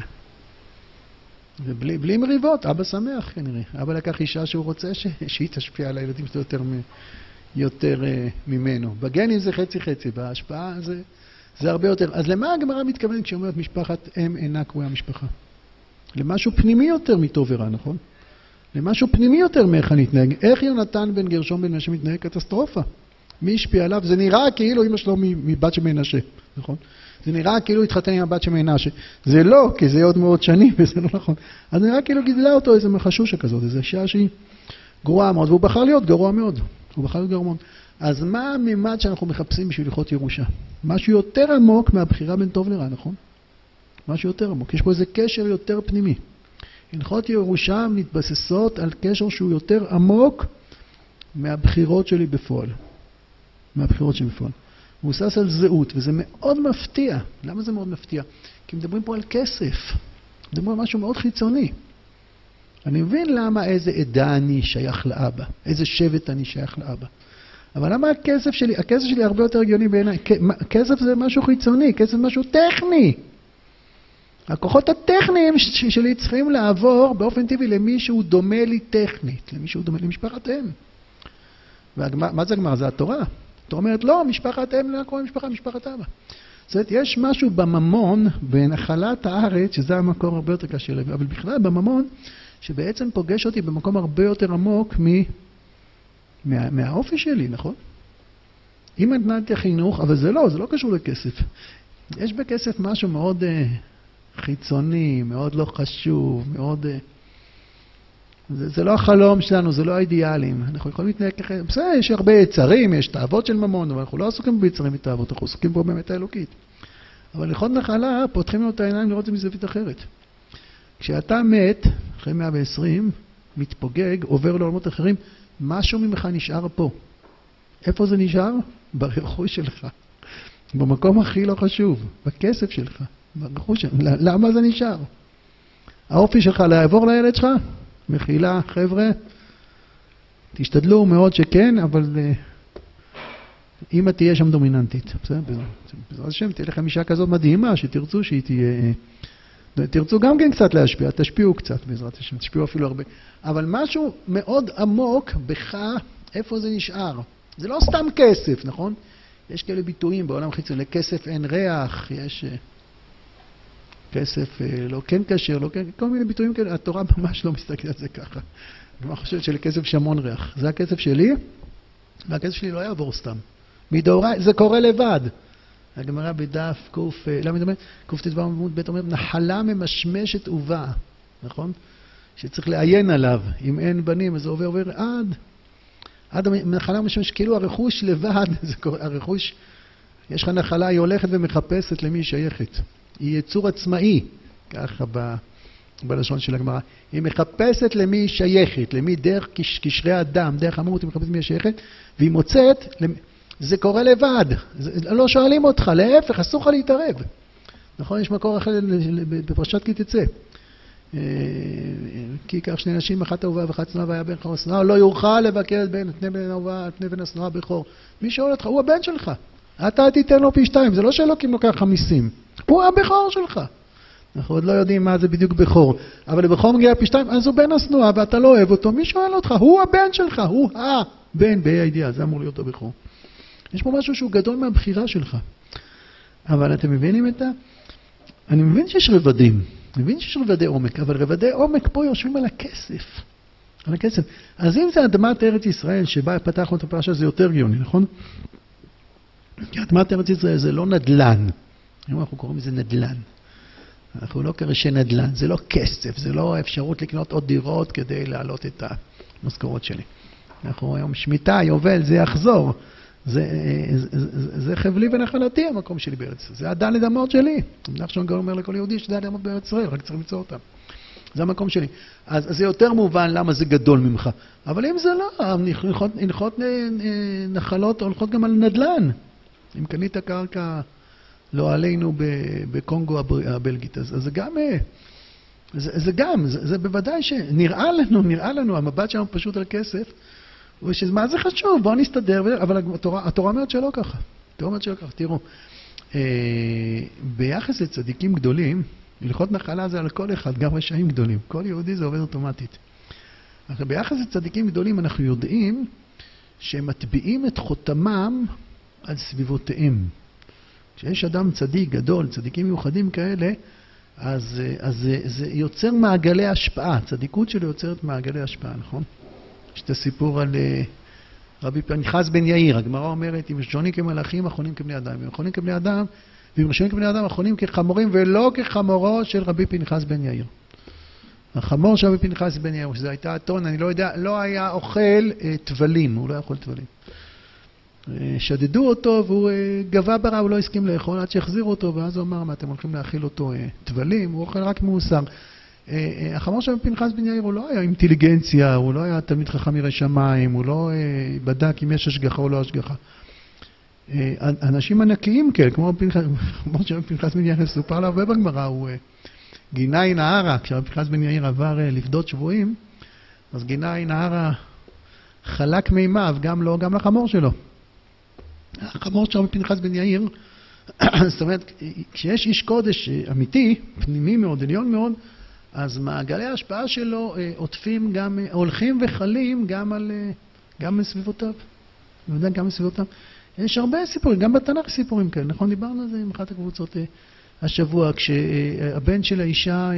ובלי בלי מריבות, אבא שמח כנראה. אבא לקח אישה שהוא רוצה ש... שהיא תשפיע על הילדים שלו יותר, מ... יותר uh, ממנו. בגנים זה חצי חצי, בהשפעה זה, זה הרבה יותר. אז למה הגמרא מתכוונת כשאומרת משפחת אם אינה קרויה משפחה? למשהו פנימי יותר מטוב ורע, נכון? למשהו פנימי יותר מאיך אני אתנהג. איך יונתן בן גרשום בן מנשה מתנהג? קטסטרופה. מי השפיע עליו? זה נראה כאילו אמא שלו מבת של מנשה, נכון? זה נראה כאילו התחתן עם הבת של מנשה. זה לא, כי זה עוד מאות שנים וזה לא נכון. אז נראה כאילו גידלה אותו איזה מחשושה כזאת, איזו שעה שהיא גרועה מאוד, והוא בחר להיות גרוע מאוד. הוא בחר להיות גרוע מאוד. אז מה הממד שאנחנו מחפשים בשביל ללכות ירושה? משהו יותר עמוק מהבחירה בין טוב לרע, נכון? משהו יותר עמוק. יש פה איזה קשר יותר פנימי. הלכות ירושה מתבססות על קשר שהוא יותר עמוק מהבחירות שלי בפועל. מהבחירות שלי בפועל. מבוסס על זהות, וזה מאוד מפתיע. למה זה מאוד מפתיע? כי מדברים פה על כסף. מדברים על משהו מאוד חיצוני. אני מבין למה איזה עדה אני שייך לאבא, איזה שבט אני שייך לאבא. אבל למה הכסף שלי, הכסף שלי הרבה יותר הגיוני בעיניי. כסף זה משהו חיצוני, כסף זה משהו טכני. הכוחות הטכניים שלי צריכים לעבור באופן טבעי למישהו דומה לי טכנית, למישהו דומה לי משפחת אם. ומה זה הגמרא? זה התורה. התורה אומרת, לא, משפחת אם לא קוראים משפחה, משפחת אבא. זאת אומרת, יש משהו בממון, בנחלת הארץ, שזה המקום הרבה יותר קשה לב, אבל בכלל בממון, שבעצם פוגש אותי במקום הרבה יותר עמוק מ... מה... מהאופי שלי, נכון? אם נתנתי חינוך, אבל זה לא, זה לא קשור לכסף. יש בכסף משהו מאוד uh, חיצוני, מאוד לא חשוב, מאוד... Uh, זה, זה לא החלום שלנו, זה לא האידיאלים. אנחנו יכולים להתנהג ככה, בסדר, יש הרבה יצרים, יש תאוות של ממון, אבל אנחנו לא עסוקים ביצרים ותאוות, אנחנו עסוקים פה באמת האלוקית. אבל ללכות נחלה, פותחים לנו את העיניים לראות את זה מזווית אחרת. כשאתה מת, אחרי מאה ועשרים, מתפוגג, עובר לעולמות אחרים, משהו ממך נשאר פה. איפה זה נשאר? ברכוש שלך. במקום הכי לא חשוב, בכסף שלך. ברכוש שלך. למה זה נשאר? האופי שלך לעבור לילד שלך? מחילה, חבר'ה, תשתדלו מאוד שכן, אבל אמא תהיה שם דומיננטית. בסדר? בעזרת השם, תהיה לכם אישה כזאת מדהימה, שתרצו שהיא תהיה... תרצו גם כן קצת להשפיע, תשפיעו קצת בעזרת השם, תשפיעו אפילו הרבה. אבל משהו מאוד עמוק בך, איפה זה נשאר? זה לא סתם כסף, נכון? יש כאלה ביטויים בעולם חיצוני, לכסף אין ריח, יש כסף לא כן כשר, לא כן, כל מיני ביטויים כאלה, התורה ממש לא מסתכלת על זה ככה. אני חושבת שלכסף יש המון ריח. זה הכסף שלי, והכסף שלי לא יעבור סתם. מדאורייתא, זה קורה לבד. הגמרא בדף קוף, למה מדבר? קוף תדבר עמוד ב' אומרת, נחלה ממשמשת ובאה, נכון? שצריך לעיין עליו. אם אין בנים, אז זה עובר עובר עד. עד הנחלה ממשמשת, כאילו הרכוש לבד, זה קורה, הרכוש, יש לך נחלה, היא הולכת ומחפשת למי היא שייכת. היא יצור עצמאי, ככה ב, בלשון של הגמרא. היא מחפשת למי היא שייכת, למי דרך קשרי אדם, דרך אמרות, היא מחפשת למי היא שייכת, והיא מוצאת... זה קורה לבד, לא שואלים אותך, להפך, אסור לך להתערב. נכון, יש מקור אחר בפרשת כי תצא. כי ייקח שני נשים, אחת אהובה ואחת שנואה והיה בן חור שנואה, לא יוכל לבקר את בן, את פני בן אהובה, את פני בן השנואה בכור. מי שואל אותך? הוא הבן שלך. אתה תיתן לו פי שתיים, זה לא שאלוקים לוקח חמישים. הוא הבכור שלך. אנחנו עוד לא יודעים מה זה בדיוק בכור. אבל לבכור מגיע פי שתיים, אז הוא בן השנואה ואתה לא אוהב אותו. מי שואל אותך? הוא הבן שלך, הוא הבן, בה"א הידיעה, זה אמור להיות הבכור. יש פה משהו שהוא גדול מהבחירה שלך. אבל אתם מבינים את ה... אני מבין שיש רבדים. אני מבין שיש רבדי עומק, אבל רבדי עומק פה יושבים על הכסף. על הכסף. אז אם זה אדמת ארץ ישראל, שבה פתחנו את הפרשה, זה יותר גיוני, נכון? כי אדמת ארץ ישראל זה לא נדלן. אנחנו קוראים לזה נדלן. אנחנו לא קרשי נדלן. זה לא כסף. זה לא אפשרות לקנות עוד דירות כדי להעלות את המשכורות שלי. אנחנו היום שמיטה, יובל, זה יחזור. זה, זה, זה חבלי ונחלתי המקום שלי בארץ. זה הדן לדמות שלי. נחשון גם אומר לכל יהודי שזה הדמות בארץ ישראל, רק צריך למצוא אותם. זה המקום שלי. אז, אז זה יותר מובן למה זה גדול ממך. אבל אם זה לא, הלכות, הלכות נחלות הולכות גם על נדלן. אם קנית קרקע לא עלינו בקונגו הבלגית, אז, אז זה גם, זה, זה גם, זה, זה בוודאי שנראה לנו, נראה לנו, המבט שלנו פשוט על כסף, מה זה חשוב? בואו נסתדר, אבל התורה, התורה אומרת שלא ככה. התורה אומרת שלא ככה. תראו, ביחס לצדיקים גדולים, הלכות נחלה זה על כל אחד, גם רשעים גדולים. כל יהודי זה עובד אוטומטית. אבל ביחס לצדיקים גדולים אנחנו יודעים שהם מטביעים את חותמם על סביבותיהם. כשיש אדם צדיק גדול, צדיקים מיוחדים כאלה, אז, אז זה, זה יוצר מעגלי השפעה, צדיקות שלו יוצרת מעגלי השפעה, נכון? יש את הסיפור על רבי פנחס בן יאיר, הגמרא אומרת, אם ראשונים כמלאכים, אחרונים כבני אדם, אם אחרונים כבני אדם, ואם ראשונים כבני אדם, אחרונים כחמורים, ולא כחמורו של רבי פנחס בן יאיר. החמור של רבי פנחס בן יאיר, שזה הייתה אתון, אני לא יודע, לא היה אוכל תבלים, הוא לא היה אוכל תבלים. שדדו אותו והוא גבה ברע, הוא לא הסכים לאכול עד שהחזירו אותו, ואז הוא אמר, מה אתם הולכים להאכיל אותו תבלים, הוא אוכל רק מאוסר. החמור של פנחס בן יאיר הוא לא היה אינטליגנציה, הוא לא היה תלמיד חכם ירא שמיים, הוא לא בדק אם יש השגחה או לא השגחה. אנשים ענקיים כאלה, כמו של פנחס בן יאיר סופר לה הרבה בגמרא, הוא גינה עין הערה, כשפנחס בן יאיר עבר לפדות שבויים, אז גינה עין הערה חלק מימיו, גם לו, גם לחמור שלו. החמור של פנחס בן יאיר, זאת אומרת, כשיש איש קודש אמיתי, פנימי מאוד, עליון מאוד, אז מעגלי ההשפעה שלו עוטפים גם, הולכים וחלים גם על, גם מסביבותיו. אני יודע, גם מסביבותיו. יש הרבה סיפורים, גם בתנ"ך סיפורים כאלה, נכון? דיברנו על זה עם אחת הקבוצות השבוע, כשהבן של האישה,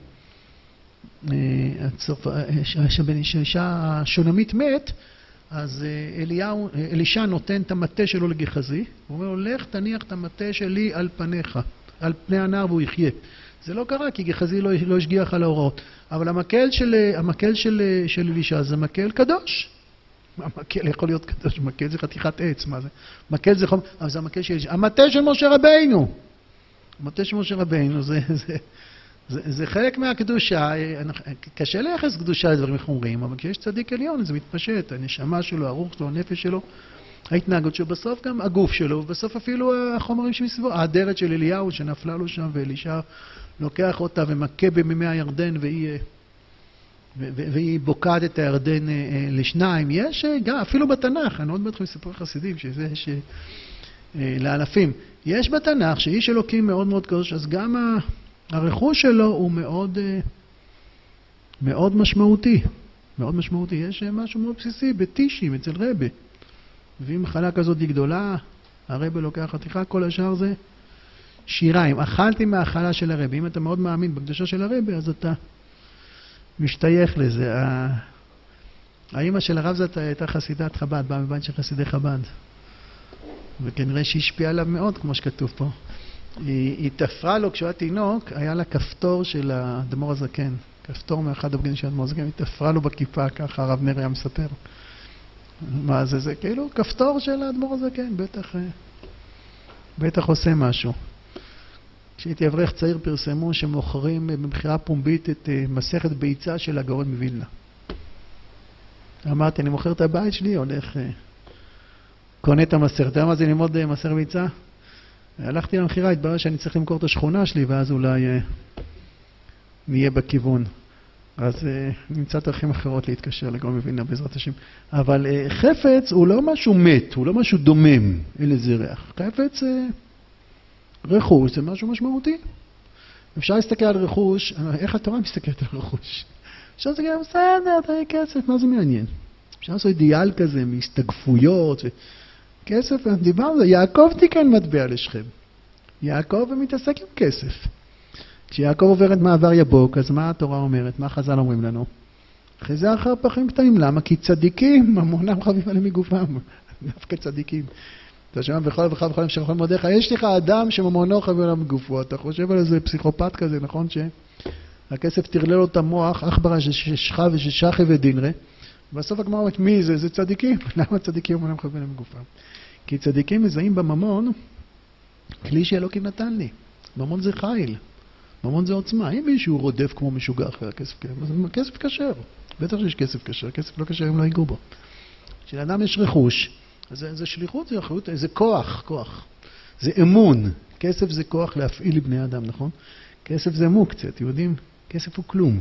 שהאישה השונמית מת, אז אליהו, אלישע נותן את המטה שלו לגחזי, הוא אומר לו, לך תניח את המטה שלי על פניך, על פני הנער והוא יחיה. זה לא קרה, כי גחזי לא, לא השגיח על ההוראות. אבל המקל של, המקל של, של אלישע זה מקל קדוש. המקל יכול להיות קדוש, מקל זה חתיכת עץ, מה זה? מקל זה חום, אבל זה המקל של אלישע. המטה של משה רבינו. המטה של משה רבינו, זה, זה, זה, זה חלק מהקדושה. קשה לייחס קדושה לדברים חומריים, אבל כשיש צדיק עליון, זה מתפשט. הנשמה שלו, הרוח שלו, הנפש שלו, ההתנהגות שלו, בסוף גם הגוף שלו, ובסוף אפילו החומרים שמסביבו. האדרת של אליהו שנפלה לו שם, ואלישע לוקח אותה ומכה במימי הירדן, והיא, והיא בוקעת את הירדן לשניים. יש גם, אפילו בתנ"ך, אני עוד מעט לכם סיפורי חסידים, שזה יש לאלפים. יש בתנ"ך שאיש אלוקים מאוד מאוד קדוש, אז גם הרכוש שלו הוא מאוד, מאוד משמעותי. מאוד משמעותי. יש משהו מאוד בסיסי בתישים, אצל רבי. ואם מחלה כזאת היא גדולה, הרבי לוקח חתיכה, כל השאר זה שיריים. אכלתי מהאכלה של הרבי. אם אתה מאוד מאמין בקדושה של הרבי, אז אתה משתייך לזה. האמא של הרב זאת הייתה חסידת חב"ד, באה מבית של חסידי חב"ד. וכנראה שהשפיעה עליו מאוד, כמו שכתוב פה. היא, היא תפרה לו, כשהוא היה תינוק, היה לה כפתור של האדמו"ר הזקן. כפתור מאחד הבגדים של האדמו"ר הזקן, היא תפרה לו בכיפה, ככה הרב נר היה מספר. מה זה? זה כאילו כפתור של האדמו"ר הזקן, בטח, בטח עושה משהו. כשהייתי אברך צעיר פרסמו שמוכרים במחירה פומבית את מסכת ביצה של הגאון מווילנה. אמרתי, אני מוכר את הבית שלי, הולך, קונה את המסכת. אתה יודע מה זה ללמוד מסכת ביצה? הלכתי למחירה, התברר שאני צריך למכור את השכונה שלי, ואז אולי נהיה בכיוון. אז נמצא דרכים אחרות להתקשר לגאון מווילנה בעזרת השם. אבל חפץ הוא לא משהו מת, הוא לא משהו דומם, אין לזה ריח. חפץ רכוש זה משהו משמעותי. אפשר להסתכל על רכוש, איך התורה מסתכלת על רכוש? אפשר להסתכל על בסדר, תראי כסף, מה זה מעניין? אפשר לעשות אידיאל כזה מהסתגפויות. כסף, דיברנו, יעקב תיקן מטבע לשכם. יעקב מתעסק עם כסף. כשיעקב עובר את מעבר יבוק, אז מה התורה אומרת? מה חז"ל אומרים לנו? אחרי זה אחר פחים קטנים. למה? כי צדיקים, ממונם חביב עליהם מגופם. דווקא צדיקים. אתה שומע בכל ובכל ובכל שבכל מודיך, יש לך אדם שממונו חביב עליהם מגופו. אתה חושב על איזה פסיכופת כזה, נכון? שהכסף תרלה לו את המוח, אך ברא ששכה וששכי ודינרה. ובסוף הגמרא אומרת, מי זה? זה צדיקים. למה צדיקים ממונם חביב עליהם מגופם? כי צדיקים מזהים בממון כלי שאלוקים נתן לי. ממון זה חיל. ממון זה עוצמה. אם מישהו רודף כמו משוגע אחרי הכסף, אז כסף קשר. בטח שיש כסף קשר. כסף לא קשר אם לא ייגעו בו. כשלאדם יש רכוש, אז זה, זה שליחות, זה אחריות, זה כוח, כוח. זה אמון. כסף זה כוח להפעיל לבני אדם, נכון? כסף זה מוקצה, אתם יודעים? כסף הוא כלום.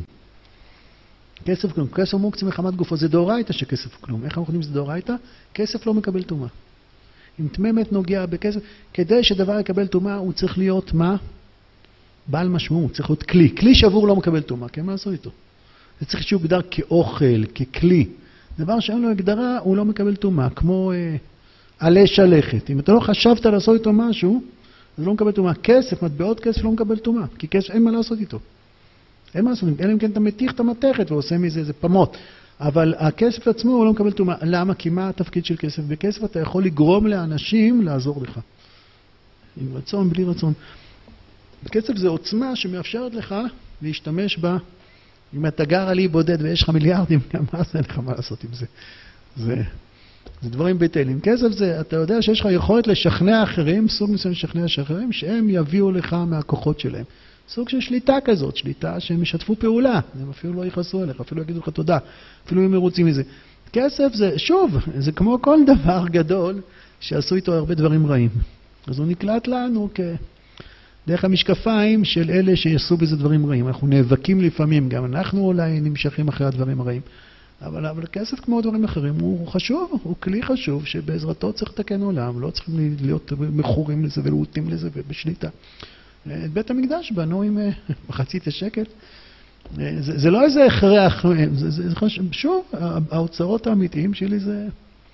כסף כלום. כסף הוא מוקצה מחמת גופו. זה דאורייתא שכסף הוא כלום. איך אנחנו יודעים שזה דאורייתא? כסף לא מקבל טומאה. אם תממת נוגע בכסף, כדי שדבר יקבל טומאה, הוא צריך להיות מה? בעל משמעות, צריך להיות כלי. כלי שבור לא מקבל טומאה, כן, מה לעשות איתו? זה צריך שיוגדר כאוכל, ככלי. דבר שאין לו הגדרה, הוא לא מקבל טומאה, כמו אה, עלי שלכת. אם אתה לא חשבת לעשות איתו משהו, אז לא מקבל תומה. כסף, מטבעות כסף לא מקבל תומה, כי כסף אין מה לעשות איתו. אין מה לעשות, אלא אם כן אתה מתיך את המתכת ועושה מזה איזה פמות. אבל הכסף עצמו הוא לא מקבל תומה. למה? כי מה התפקיד של כסף? בכסף אתה יכול לגרום לאנשים לעזור לך. עם רצון, בלי רצון. כסף זה עוצמה שמאפשרת לך להשתמש בה. אם אתה גר עלי בודד ויש לך מיליארדים, גם מה זה לך מה לעשות עם זה? זה, זה דברים ביטלים. כסף זה, אתה יודע שיש לך יכולת לשכנע אחרים, סוג מסוים לשכנע אחרים, שהם יביאו לך מהכוחות שלהם. סוג של שליטה כזאת, שליטה שהם ישתפו פעולה. הם אפילו לא יכעסו אליך, אפילו יגידו לך תודה, אפילו הם מרוצים מזה. כסף זה, שוב, זה כמו כל דבר גדול שעשו איתו הרבה דברים רעים. אז הוא נקלט לנו כ... דרך המשקפיים של אלה שיעשו בזה דברים רעים. אנחנו נאבקים לפעמים, גם אנחנו אולי נמשכים אחרי הדברים הרעים. אבל, אבל כסף כמו דברים אחרים הוא חשוב, הוא כלי חשוב שבעזרתו צריך לתקן עולם, לא צריכים להיות מכורים לזה ולעוטים לזה ובשליטה. את בית המקדש בנו עם מחצית השקל. זה, זה לא איזה הכרח, זה, זה, זה חשוב. שוב, האוצרות האמיתיים שלי זה...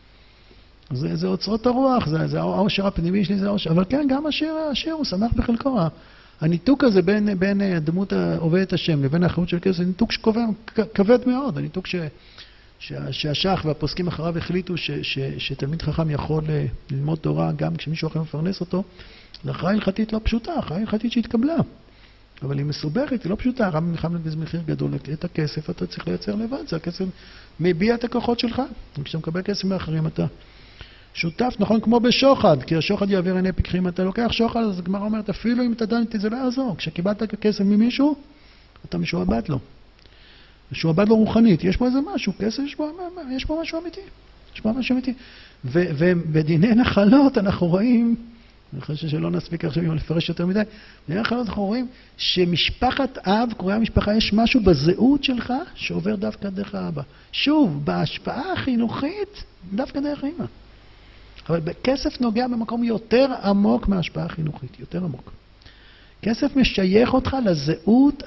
זה, זה אוצרות הרוח, זה, זה העושר הפנימי שלי, זה העושר. אבל כן, גם השיר, השיר הוא שמח בחלקו. הניתוק הזה בין, בין הדמות עובדת השם לבין האחריות של כסף, זה ניתוק שכובד, כבד מאוד. הניתוק ש, ש, שהשח והפוסקים אחריו החליטו ש, ש, שתלמיד חכם יכול ללמוד תורה גם כשמישהו אחר מפרנס אותו. זו הכרעה הלכתית לא פשוטה, הכרעה הלכתית שהתקבלה. אבל היא מסובכת, היא לא פשוטה. הרב נלחם בזה מחיר גדול. את הכסף אתה צריך לייצר לבד. זה הכסף מביע את הכוחות שלך. כשאתה מקבל כסף מאחרים אתה שותף, נכון, כמו בשוחד, כי השוחד יעביר עיני פיקחים. אתה לוקח שוחד, אז הגמרא אומרת, אפילו אם אתה דן איתי, זה לא יעזור. כשקיבלת כסף ממישהו, אתה משועבד לו. משועבד לו רוחנית. יש פה איזה משהו, כסף, יש פה, יש פה משהו אמיתי. יש פה משהו אמיתי. ובדיני נחלות אנחנו רואים, אני חושב שלא נספיק עכשיו לפרש יותר מדי, בדיני נחלות אנחנו רואים שמשפחת אב, קוראים המשפחה, יש משהו בזהות שלך שעובר דווקא דרך האבא. שוב, בהשפעה החינוכית, דווקא דרך האמא. אבל כסף נוגע במקום יותר עמוק מההשפעה החינוכית, יותר עמוק. כסף משייך אותך לזהות,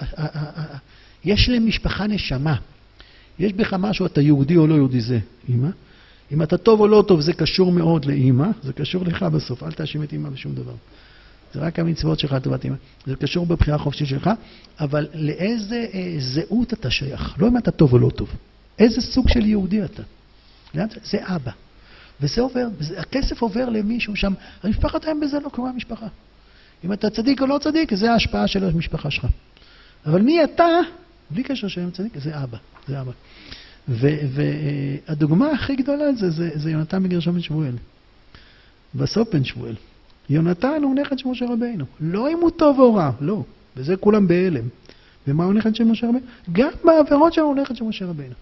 יש למשפחה נשמה. יש בך משהו, אתה יהודי או לא יהודי, זה אמא. אם אתה טוב או לא טוב, זה קשור מאוד לאמא, זה קשור לך בסוף, אל תאשים את אמא בשום דבר. זה רק המצוות שלך, טובת אמא. זה קשור בבחירה החופשית שלך, אבל לאיזה אה, זהות אתה שייך? לא אם אתה טוב או לא טוב. איזה סוג של יהודי אתה? זה אבא. וזה עובר, הכסף עובר למישהו שם, המשפחת הם בזה לא קורה המשפחה. אם אתה צדיק או לא צדיק, זה ההשפעה של המשפחה שלך. אבל מי אתה? בלי קשר שהם צדיק, זה אבא, זה אבא. והדוגמה הכי גדולה זה, זה, זה יונתן מגרשום בן שמואל. בסוף בן שמואל. יונתן הוא נכד של משה רבינו. לא אם הוא טוב או רע, לא. וזה כולם בהלם. ומה הוא נכד של משה רבינו? גם בעבירות שלו הוא נכד של משה רבינו.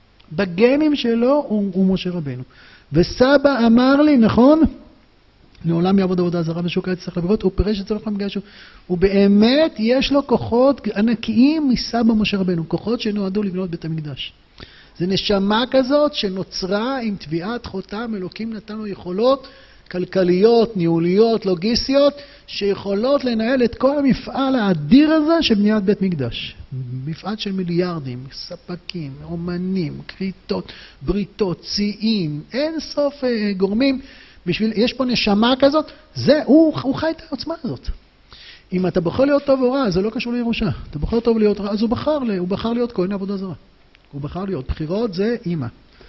בגנים שלו הוא, הוא משה רבינו. וסבא אמר לי, נכון? לעולם יעבוד עבודה זרה בשוק הארץ צריך לבריות, הוא פירש את זה לכם בגלל שהוא באמת יש לו כוחות ענקיים מסבא משה רבינו, כוחות שנועדו לבנות בית המקדש. זה נשמה כזאת שנוצרה עם תביעת חותם, אלוקים נתן לו יכולות כלכליות, ניהוליות, לוגיסטיות, שיכולות לנהל את כל המפעל האדיר הזה של בניית בית מקדש. מפעל של מיליארדים, ספקים, אומנים, כריתות, בריתות, ציים, אין סוף גורמים. בשביל, יש פה נשמה כזאת, זה, הוא, הוא חי את העוצמה הזאת. אם אתה בוחר להיות טוב או רע, זה לא קשור לירושה. אתה בוחר טוב להיות רע, אז הוא בחר, הוא בחר להיות כהן עבודה זרה. הוא בחר להיות. בחירות זה אמא.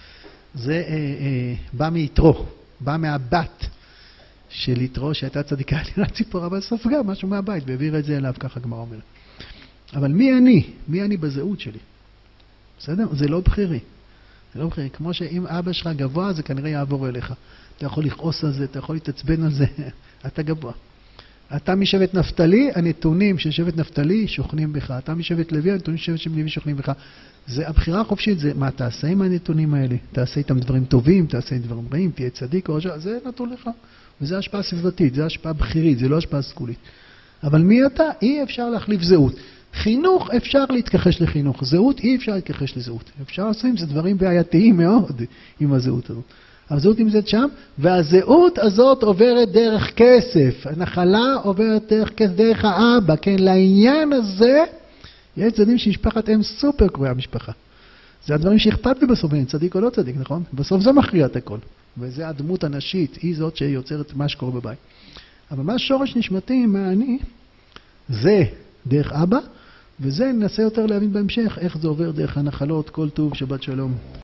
זה אה, אה, בא מיתרו, בא מהבת של יתרו שהייתה צדיקה עליונה ציפורה, אבל ספגה משהו מהבית, והעביר את זה אליו, ככה גמרא אומר. אבל מי אני? מי אני בזהות שלי? בסדר? זה לא בחירי. זה לא בחירי. כמו שאם אבא שלך גבוה, זה כנראה יעבור אליך. אתה יכול לכעוס על זה, אתה יכול להתעצבן על זה, אתה גבוה. אתה משבט נפתלי, הנתונים של שבט נפתלי שוכנים בך. אתה משבט לוי, הנתונים של שבט לוי שוכנים בך. זה הבחירה החופשית, זה מה תעשה עם הנתונים האלה? תעשה איתם דברים טובים, תעשה איתם דברים רעים, תהיה צדיק או רשע, זה נתון לך. וזה השפעה סביבתית, זה השפעה בחירית, זה לא השפעה סגולית. אבל מי אתה? אי אפשר להחליף זהות. חינוך אפשר להתכחש לחינוך, זהות אי אפשר להתכחש לזהות. אפשר לעשות עם זה דברים בעייתיים מאוד עם הזהות הזאת. הזהות נמצאת שם, והזהות הזאת עוברת דרך כסף. הנחלה עוברת דרך כסף, דרך האבא. כן, לעניין הזה, יש צדדים שמשפחת הם סופר קרויה המשפחה. זה הדברים שאכפת לי בסוף, אם צדיק או לא צדיק, נכון? בסוף זה מכריע את הכל. וזה הדמות הנשית, היא זאת שיוצרת מה שקורה בבית. אבל מה שורש נשמתי, מה אני, זה דרך אבא, וזה ננסה יותר להבין בהמשך איך זה עובר דרך הנחלות, כל טוב, שבת שלום.